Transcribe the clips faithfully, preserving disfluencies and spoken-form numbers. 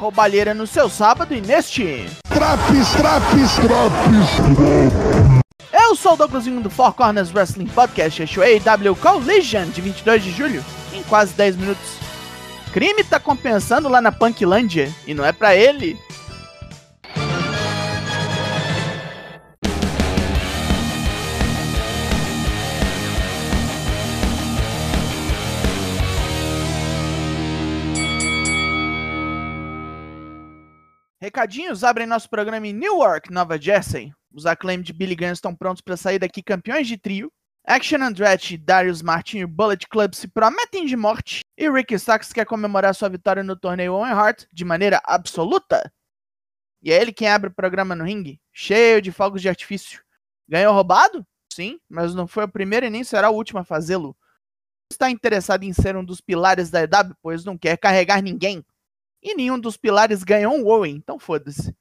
roubalheira no seu sábado e neste... Traps, traps, traps, Eu sou o Douglasinho do Four Corners Wrestling Podcast, este é o A E W Collision de vinte e dois de julho, em quase dez minutos. Crime tá compensando lá na Punklândia, e não é pra ele. Recadinhos abrem nosso programa em Newark, Nova Jersey. Os Acclaimed de Billy Gunn estão prontos para sair daqui campeões de trio. Action Andretti, Darius Martin e o Bullet Club se prometem de morte. E Ricky Starks quer comemorar sua vitória no torneio Owen Hart de maneira absoluta. E é ele quem abre o programa no ringue, cheio de fogos de artifício. Ganhou roubado? Sim, mas não foi o primeiro e nem será o último a fazê-lo. Está interessado em ser um dos pilares da A E W, pois não quer carregar ninguém. E nenhum dos pilares ganhou um Owen, então foda-se.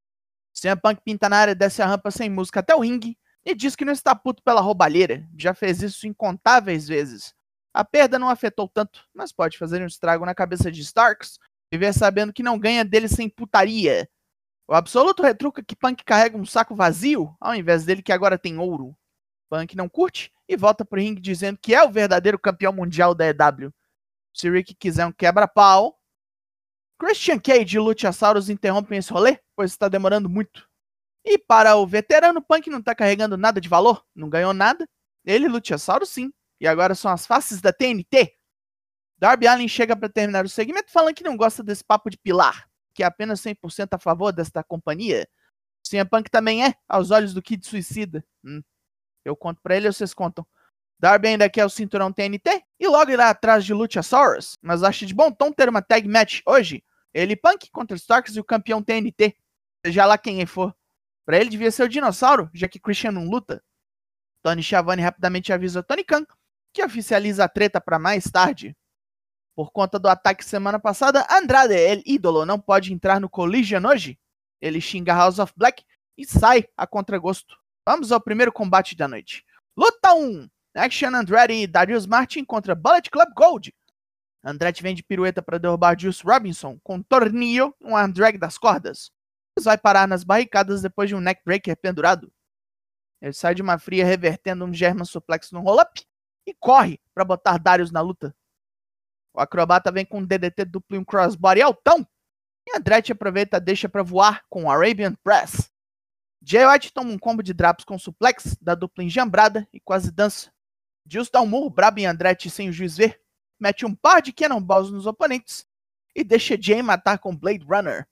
C M Punk pinta na área, desce a rampa sem música até o ringue e diz que não está puto pela roubalheira. Já fez isso incontáveis vezes. A perda não afetou tanto, mas pode fazer um estrago na cabeça de Starks, viver sabendo que não ganha dele sem putaria. O absoluto retruca que Punk carrega um saco vazio, ao invés dele que agora tem ouro. Punk não curte e volta pro ringue dizendo que é o verdadeiro campeão mundial da A E W. Se Rick quiser um quebra-pau... Christian Cage e Luchasaurus interrompem esse rolê, pois está demorando muito. E para o veterano, Punk não está carregando nada de valor, não ganhou nada. Ele e Luchasaurus sim, e agora são as faces da T N T. Darby Allin chega para terminar o segmento falando que não gosta desse papo de pilar, que é apenas cem por cento a favor desta companhia. C M Punk também é, aos olhos do Kid Suicida. Hum, eu conto para ele ou vocês contam? Darby ainda quer o cinturão T N T e logo irá atrás de Luchasaurus, mas acha de bom tom ter uma tag match hoje. Ele e Punk contra Starks e o campeão T N T, seja lá quem for. Pra ele devia ser o dinossauro, já que Christian não luta. Tony Schiavone rapidamente avisa Tony Khan, que oficializa a treta pra mais tarde. Por conta do ataque semana passada, Andrade, el ídolo, não pode entrar no Collision hoje. Ele xinga House of Black e sai a contragosto. Vamos ao primeiro combate da noite. Luta um! Action Andretti e Darius Martin contra Bullet Club Gold. Andretti vem de pirueta para derrubar Juice Robinson com um tornillo e um arm drag das cordas. Ele vai parar nas barricadas depois de um neckbreaker pendurado. Ele sai de uma fria revertendo um German suplex no roll-up e corre para botar Darius na luta. O acrobata vem com um D D T duplo e um crossbody altão. E Andretti aproveita a deixa para voar com o Arabian Press. Jay White toma um combo de drops com suplex, da dupla enjambrada e quase dança. Juice dá um murro brabo em Andretti sem o juiz ver, mete um par de cannonballs nos oponentes e deixa Jay matar com Blade Runner.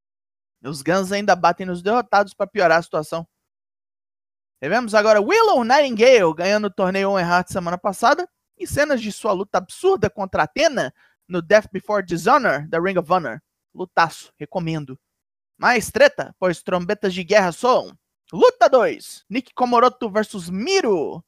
Os Guns ainda batem nos derrotados para piorar a situação. Tivemos agora Willow Nightingale ganhando o torneio Owen Hart semana passada e cenas de sua luta absurda contra Athena no Death Before Dishonor da Ring of Honor. Lutaço, recomendo. Mais treta, pois trombetas de guerra soam. Luta dois, Nick Komoroto versus Miro.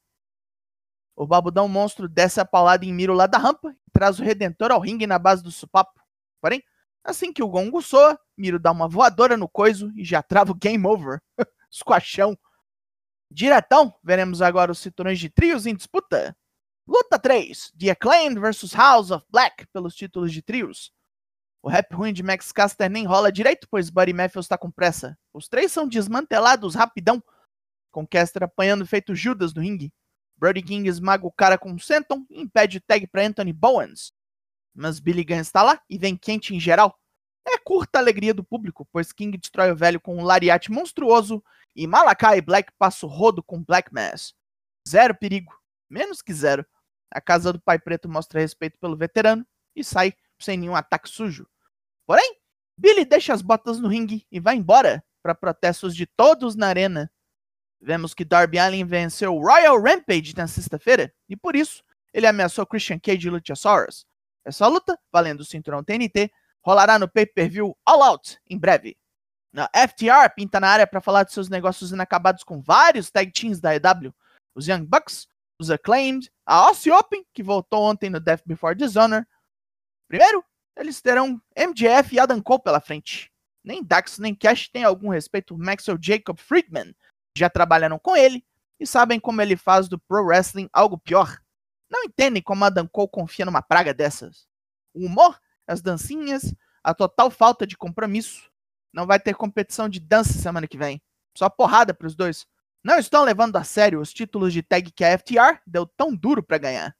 O babudão monstro desce a paulada em Miro lá da rampa e traz o Redentor ao ringue na base do supapo. Porém, assim que o gongo soa, Miro dá uma voadora no coiso e já trava o game over. Squashão. Diretão, veremos agora os cinturões de trios em disputa. Luta três, The Acclaimed versus House of Black pelos títulos de trios. O rap ruim de Max Caster nem rola direito, pois Buddy Matthews está com pressa. Os três são desmantelados rapidão, com Caster apanhando feito Judas no ringue. Brody King esmaga o cara com um senton e impede o tag para Anthony Bowens. Mas Billy Gunn está lá e vem quente em geral. É curta a alegria do público, pois King destrói o velho com um lariate monstruoso e Malakai Black passa o rodo com Black Mass. Zero perigo, menos que zero. A casa do Pai Preto mostra respeito pelo veterano e sai sem nenhum ataque sujo. Porém, Billy deixa as botas no ringue e vai embora para protestos de todos na arena. Vemos que Darby Allin venceu o Royal Rampage na sexta-feira e por isso ele ameaçou Christian Cage e Luchasaurus. Essa luta, valendo o cinturão T N T, rolará no pay-per-view All Out em breve. A F T R pinta na área para falar de seus negócios inacabados com vários tag teams da A E W. Os Young Bucks, os Acclaimed, a Aussie Open, que voltou ontem no Death Before Dishonor. Primeiro, eles terão M J F e Adam Cole pela frente. Nem Dax nem Cash têm algum respeito por Maxwell Jacob Friedman. Já trabalharam com ele e sabem como ele faz do pro wrestling algo pior. Não entendem como Adam Cole confia numa praga dessas. O humor, as dancinhas, a total falta de compromisso. Não vai ter competição de dança semana que vem. Só porrada pros dois. Não estão levando a sério os títulos de tag que a F T R deu tão duro pra ganhar.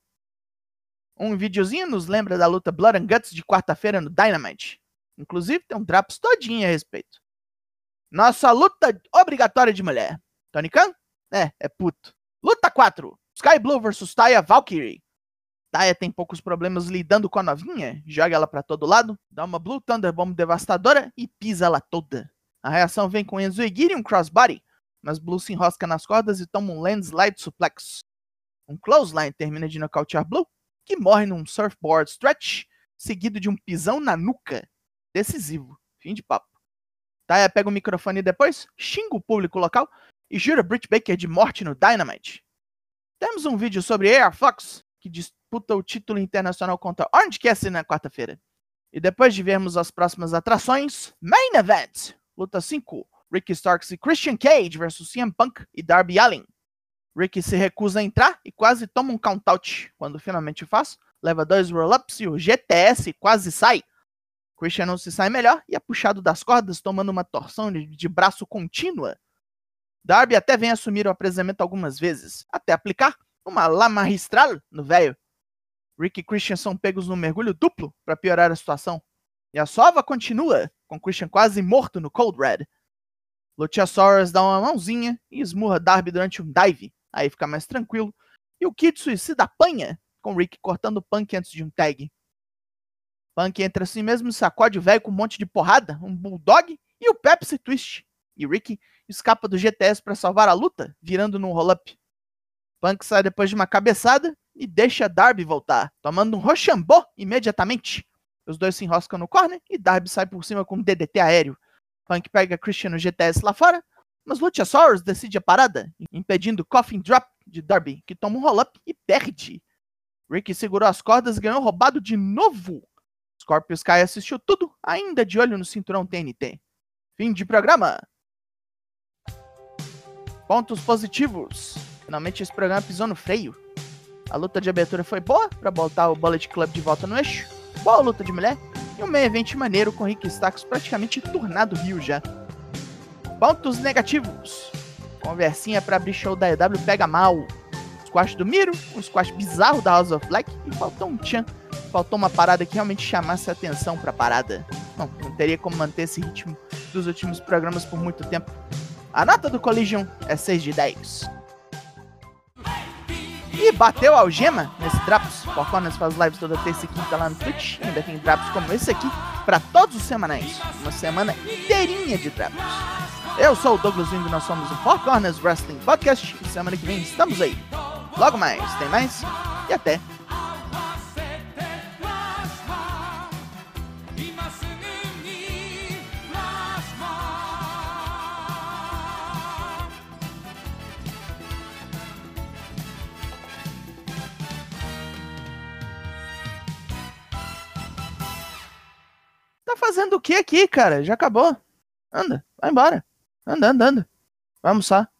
Um videozinho nos lembra da luta Blood and Guts de quarta-feira no Dynamite. Inclusive tem um Draps todinho a respeito. Nossa luta obrigatória de mulher. Tony Khan? É, é puto. Luta quatro. Sky Blue versus Taya Valkyrie. Taya tem poucos problemas lidando com a novinha. Joga ela pra todo lado, dá uma Blue Thunder Bomb devastadora e pisa ela toda. A reação vem com Enzo Igiri e um crossbody, mas Blue se enrosca nas cordas e toma um landslide suplex. Um clothesline termina de nocautear Blue, que morre num surfboard stretch, seguido de um pisão na nuca. Decisivo. Fim de papo. Taya pega o microfone depois, xinga o público local e jura Britt Baker de morte no Dynamite. Temos um vídeo sobre A R Fox, que disputa o título internacional contra Orange Cassidy na quarta-feira. E depois de vermos as próximas atrações, Main Event, luta cinco, Ricky Starks e Christian Cage versus C M Punk e Darby Allin. Ricky se recusa a entrar e quase toma um count-out. Quando finalmente faz, leva dois roll-ups e o G T S quase sai. Christian não se sai melhor e é puxado das cordas, tomando uma torção de, de braço contínua. Darby até vem assumir o apresentamento algumas vezes, até aplicar uma La Magistral no velho. Ricky e Christian são pegos num mergulho duplo para piorar a situação. E a sova continua, com Christian quase morto no Cold Red. Luchasaurus dá uma mãozinha e esmurra Darby durante um dive. Aí fica mais tranquilo. E o Kid Suicida apanha, com Ricky cortando o Punk antes de um tag. Punk entra assim mesmo e sacode o velho com um monte de porrada, um Bulldog e o Pepsi Twist. E Ricky escapa do G T S para salvar a luta, virando num roll-up. Punk sai depois de uma cabeçada e deixa Darby voltar, tomando um Rochambeau imediatamente. Os dois se enroscam no corner e Darby sai por cima com um D D T aéreo. Punk pega Christian no G T S lá fora, mas Luchasaurus decide a parada, impedindo o Coffin Drop de Darby, que toma um roll-up e perde. Ricky segurou as cordas e ganhou roubado de novo. Scorpio Sky assistiu tudo, ainda de olho no cinturão T N T. Fim de programa. Pontos positivos. Finalmente esse programa pisou no freio. A luta de abertura foi boa, para botar o Bullet Club de volta no eixo. Boa luta de mulher. E um main event maneiro com Ricky Starks praticamente turnado Rio já. Pontos negativos. Conversinha pra abrir show da E W pega mal. Squash do Miro, um squash bizarro da House of Black e faltou um tchan. Faltou uma parada que realmente chamasse a atenção pra parada. Não, não teria como manter esse ritmo dos últimos programas por muito tempo. A nota do Collision é seis de dez. E bateu a algema nesse Draps. Four Corners faz lives toda terça e quinta lá no Twitch. Ainda tem Draps como esse aqui pra todos os semanais. Uma semana inteirinha de Draps. Eu sou o Douglas Wing e nós somos o Four Corners Wrestling Podcast. E semana que vem estamos aí. Logo mais, tem mais e até. Tá fazendo o que aqui, cara? Já acabou. Anda, vai embora. Anda, anda, anda. Vai almoçar.